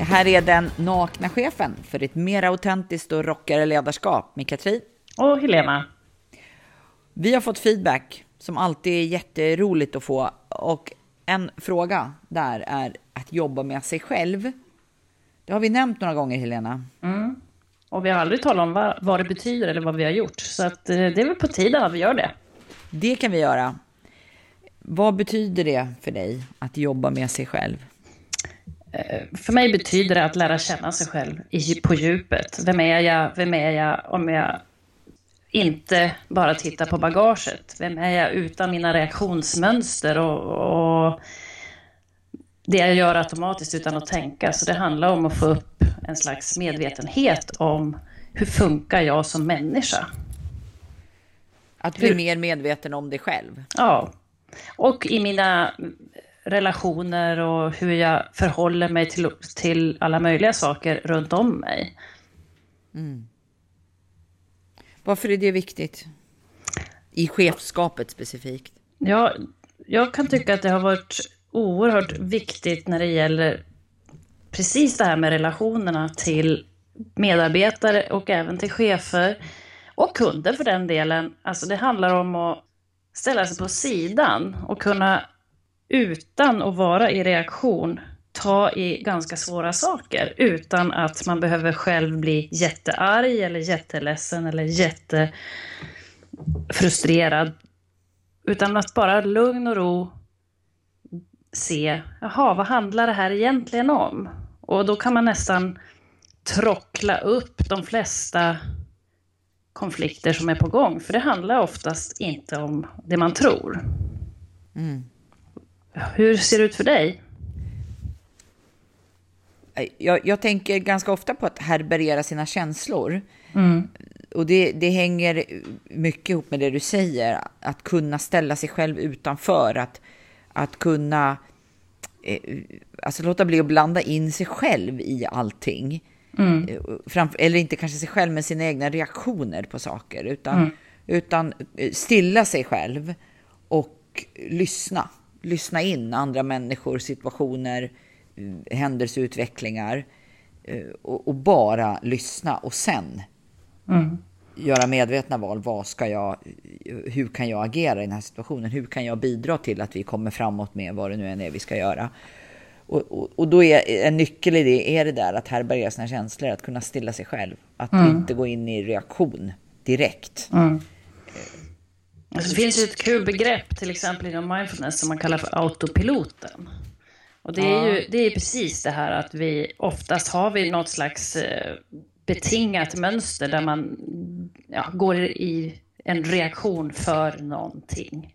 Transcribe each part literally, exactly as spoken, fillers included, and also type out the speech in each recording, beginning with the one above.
här är den nakna chefen för ett mer autentiskt och rockare ledarskap med Katrin och Helena. Vi har fått feedback som alltid är jätteroligt att få, och en fråga där är att jobba med sig själv. Det har vi nämnt några gånger, Helena. Mm. Och vi har aldrig talat om vad, vad det betyder eller vad vi har gjort, så att det är väl på tiden att vi gör det. Det kan vi göra. Vad betyder det för dig att jobba med sig själv? För mig betyder det att lära känna sig själv på djupet. Vem är jag? Vem är jag om jag inte bara tittar på bagaget? Vem är jag utan mina reaktionsmönster och, och det jag gör automatiskt utan att tänka? Så det handlar om att få upp en slags medvetenhet om hur funkar jag som människa. Att bli hur... mer medveten om dig själv. Ja, och i mina relationer och hur jag förhåller mig till, till alla möjliga saker runt om mig. Mm. Varför är det viktigt? I chefskapet specifikt. Ja, jag kan tycka att det har varit oerhört viktigt när det gäller precis det här med relationerna till medarbetare och även till chefer och kunder för den delen. Alltså det handlar om att ställa sig på sidan och kunna utan att vara i reaktion ta i ganska svåra saker utan att man behöver själv bli jättearg eller jätteledsen eller jättefrustrerad, utan att bara lugn och ro se, jaha, vad handlar det här egentligen om? Och då kan man nästan trockla upp de flesta konflikter som är på gång, för det handlar oftast inte om det man tror. Mm. Hur ser det ut för dig? Jag, jag tänker ganska ofta på att härbärgera sina känslor. Mm. Och det, det hänger mycket ihop med det du säger. Att kunna ställa sig själv utanför. Att, att kunna eh, alltså låta bli att blanda in sig själv i allting. Mm. Framf- eller inte kanske sig själv, men sina egna reaktioner på saker. Utan, mm. utan stilla sig själv och lyssna. Lyssna in andra människor, situationer, händelseutvecklingar och, och bara lyssna och sen mm. göra medvetna val. Vad ska jag, hur kan jag agera i den här situationen? Hur kan jag bidra till att vi kommer framåt med vad det nu än är vi ska göra? Och, och, och då är en nyckel i det, är det där att härbärgera sina känslor, att kunna stilla sig själv. Att mm. inte gå in i reaktion direkt. Mm. Alltså, det finns ju ett kul begrepp till exempel inom mindfulness som man kallar för autopiloten. Och det är ju det är precis det här att vi oftast har vi något slags betingat mönster där man ja, går i en reaktion för någonting.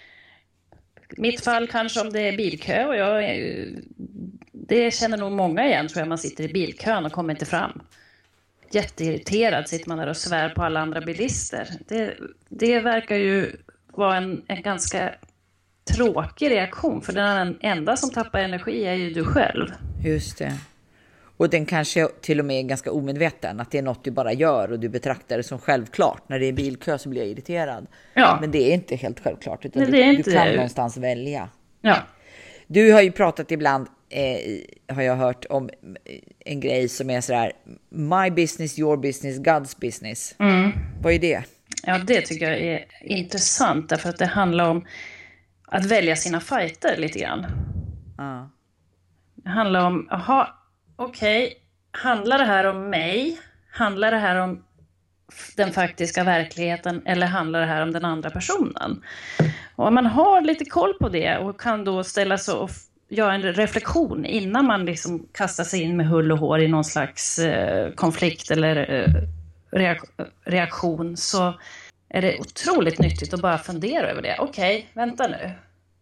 I mitt fall kanske om det är bilkö, och jag är, det känner nog många igen, tror jag, man sitter i bilkön och kommer inte fram. Jätteirriterad sitter man där och svär på alla andra bilister. Det, det verkar ju vara en, en ganska tråkig reaktion, för den enda som tappar energi är ju du själv. Just det. Och den kanske till och med är ganska omedveten, att det är något du bara gör och du betraktar det som självklart. När det är bilkö så blir jag irriterad. Ja. Men det är inte helt självklart, utan Nej, du, inte du kan det. någonstans välja. Ja. Du har ju pratat ibland, eh, har jag hört, om en grej som är sådär: my business, your business, God's business. Mm. Vad är det? Ja, det tycker jag är intressant, därför att det handlar om att välja sina fighter lite grann. Ja. Det handlar om, aha, okej, okay, handlar det här om mig? Handlar det här om den faktiska verkligheten, eller handlar det här om den andra personen? Och om man har lite koll på det och kan då ställa sig och göra en reflektion innan man liksom kastar sig in med hull och hår i någon slags eh, konflikt eller eh, reak- reaktion, så är det otroligt nyttigt att bara fundera över det. Okej, okay, vänta nu.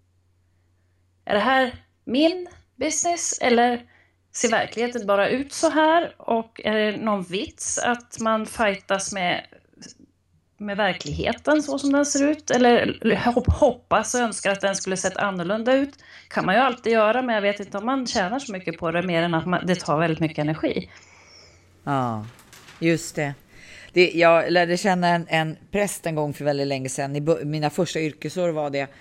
Är det här min business, eller ser verkligheten bara ut så här? Och är det någon vits att man fightas med, med verkligheten så som den ser ut? Eller hoppas och önskar att den skulle sett annorlunda ut? Kan man ju alltid göra, men jag vet inte om man tjänar så mycket på det, mer än att man, det tar väldigt mycket energi. Ja, just det. det jag lärde känna en, en präst en gång för väldigt länge sedan. I mina första yrkesår var det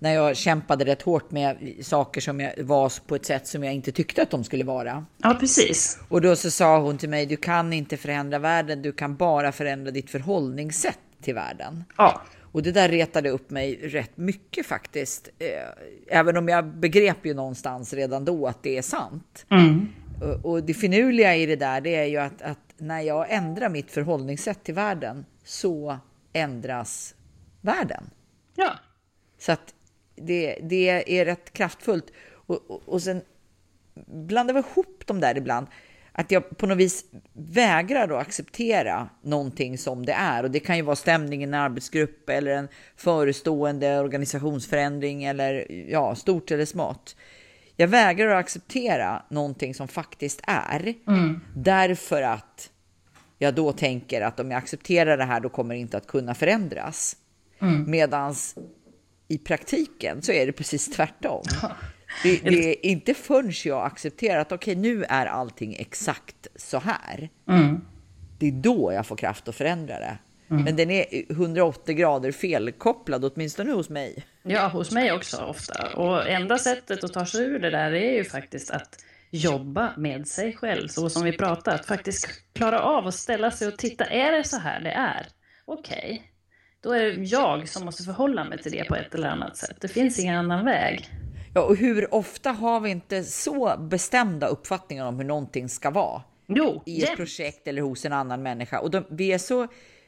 när jag kämpade rätt hårt med saker som jag var på ett sätt som jag inte tyckte att de skulle vara. Ja, precis. Och då så sa hon till mig, du kan inte förändra världen, du kan bara förändra ditt förhållningssätt till världen. Ja. Och det där retade upp mig rätt mycket faktiskt. Även om jag begrep ju någonstans redan då att det är sant. Mm. Och det finurliga i det där, det är ju att, att när jag ändrar mitt förhållningssätt till världen så ändras världen. Ja. Så att det, det är rätt kraftfullt. Och, och, och sen blandar vi ihop dem där ibland. Att jag på något vis vägrar att acceptera någonting som det är. Och det kan ju vara stämningen i en arbetsgrupp eller en förestående organisationsförändring eller ja, stort eller smått. Jag vägrar att acceptera någonting som faktiskt är. Mm. Därför att jag då tänker att om jag accepterar det här då kommer det inte att kunna förändras. Mm. Medans i praktiken så är det precis tvärtom. Det, det är inte förrän jag accepterar att okej, okay, nu är allting exakt så här. Mm. Det är då jag får kraft att förändra det. Mm. Men den är hundraåttio grader felkopplad, åtminstone hos mig. Ja, hos mig också ofta. Och enda sättet att ta sig ur det där är ju faktiskt att jobba med sig själv. Så som vi pratat, att faktiskt klara av att ställa sig och titta, är det så här det är? Okej, okay. Då är det jag som måste förhålla mig till det på ett eller annat sätt. Det finns ingen annan väg. Ja, och hur ofta har vi inte så bestämda uppfattningar om hur någonting ska vara? Jo, i ett jämt. projekt eller hos en annan människa. Och de, vi är så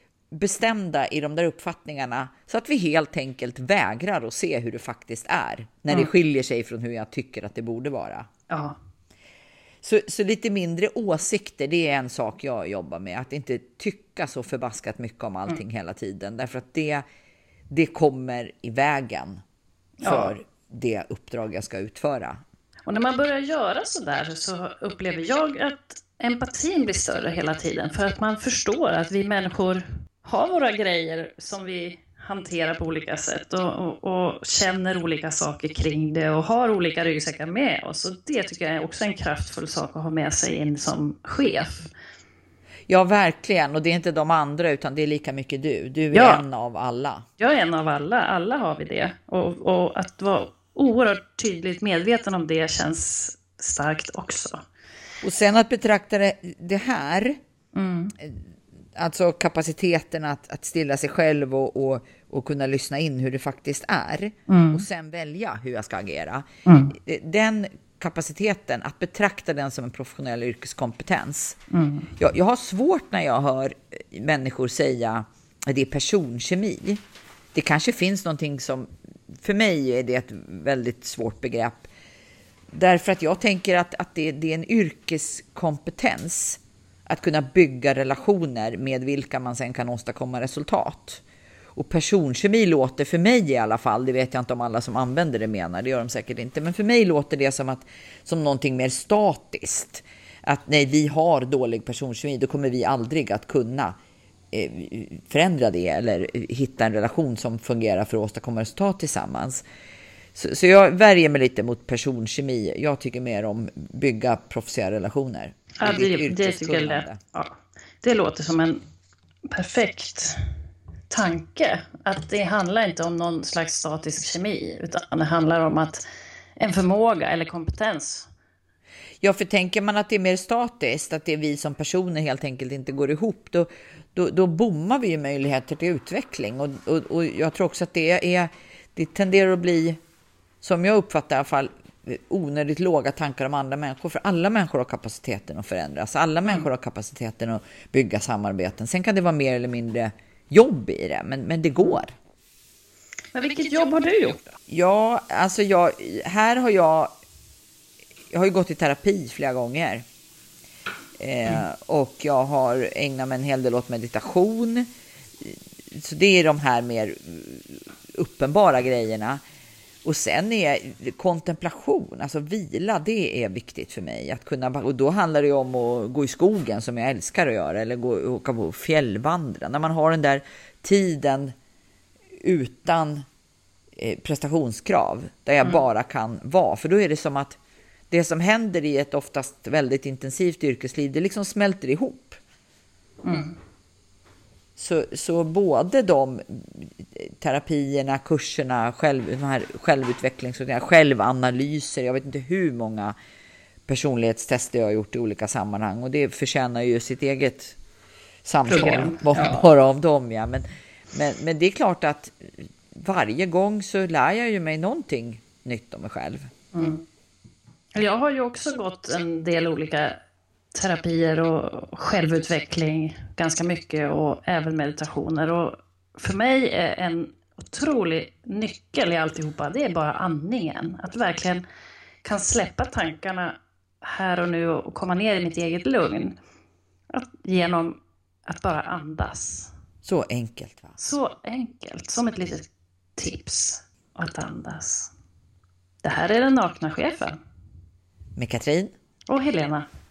bestämda i de där uppfattningarna så att vi helt enkelt vägrar att se hur det faktiskt är. När mm. det skiljer sig från hur jag tycker att det borde vara. Ja. Så, så lite mindre åsikter, det är en sak jag jobbar med. Att inte tycka så förbaskat mycket om allting mm. hela tiden. Därför att det, det kommer i vägen för ja. det uppdrag jag ska utföra. Och när man börjar göra så där så upplever jag att empatin blir större hela tiden. För att man förstår att vi människor har våra grejer som vi hanterar på olika sätt. Och, och, och känner olika saker kring det och har olika ryggsäckar med oss. Och det tycker jag är också en kraftfull sak att ha med sig in som chef. Ja, verkligen. Och det är inte de andra utan det är lika mycket du. Du är ja. en av alla. Jag är en av alla. Alla har vi det. Och, och att vara oerhört tydligt medveten om det känns starkt också. Och sen att betrakta det, det här, mm. alltså kapaciteten att, att stilla sig själv och, och, och kunna lyssna in hur det faktiskt är. Mm. Och sen välja hur jag ska agera. Mm. Den kapaciteten, att betrakta den som en professionell yrkeskompetens. Mm. Jag, jag har svårt när jag hör människor säga att det är personkemi. Det kanske finns någonting som, för mig är det ett väldigt svårt begrepp. Därför att jag tänker att, att det, det är en yrkeskompetens att kunna bygga relationer med vilka man sen kan åstadkomma resultat. Och personkemi låter för mig i alla fall, det vet jag inte om alla som använder det menar, det gör de säkert inte. Men för mig låter det som, att, som någonting mer statiskt. Att nej, vi har dålig personkemi, då kommer vi aldrig att kunna eh, förändra det eller hitta en relation som fungerar för att åstadkomma resultat tillsammans. Så, så jag värjer mig lite mot personkemi. Jag tycker mer om bygga professionella relationer. Ja, det, det, det tycker jag lätt. Ja. Det låter som en perfekt tanke. Att det handlar inte om någon slags statisk kemi. Utan det handlar om att en förmåga eller kompetens. Ja, för tänker man att det är mer statiskt, att det är vi som personer helt enkelt inte går ihop, då, då, då bommar vi ju möjligheter till utveckling. Och, och, och jag tror också att det är, det tenderar att bli, som jag uppfattar i alla fall, onödigt låga tankar om andra människor. För alla människor har kapaciteten att förändras. Alla mm. människor har kapaciteten att bygga samarbeten. Sen kan det vara mer eller mindre jobb i det, men, men det går. Men vilket jobb har du gjort då? Ja, alltså jag, här har jag, jag har ju gått i terapi flera gånger. Eh, mm. Och jag har ägnat mig en hel del åt meditation. Så det är de här mer uppenbara grejerna. Och sen är kontemplation, alltså vila, det är viktigt för mig. Att kunna, och då handlar det om att gå i skogen som jag älskar att göra. Eller gå, åka på fjällvandra. När man har den där tiden utan eh, prestationskrav. Där jag mm. bara kan vara. För då är det som att det som händer i ett oftast väldigt intensivt yrkesliv, det liksom smälter ihop. Mm. Så, så både de terapierna, kurserna, själv, de här självutvecklings och självanalyser. Jag vet inte hur många personlighetstester jag har gjort i olika sammanhang. Och det förtjänar ju sitt eget samtal. Program. Ja. Bara om dem, ja. Men, men, men det är klart att varje gång så lär jag ju mig någonting nytt om mig själv. Mm. Jag har ju också gått en del olika terapier och självutveckling ganska mycket och även meditationer. Och för mig är en otrolig nyckel i alltihopa, det är bara andningen. Att verkligen kan släppa tankarna här och nu och komma ner i mitt eget lugn. Att, genom att bara andas. Så enkelt, va? Så enkelt, som ett litet tips att andas. Det här är den nakna chefen. Med Katrin och Helena.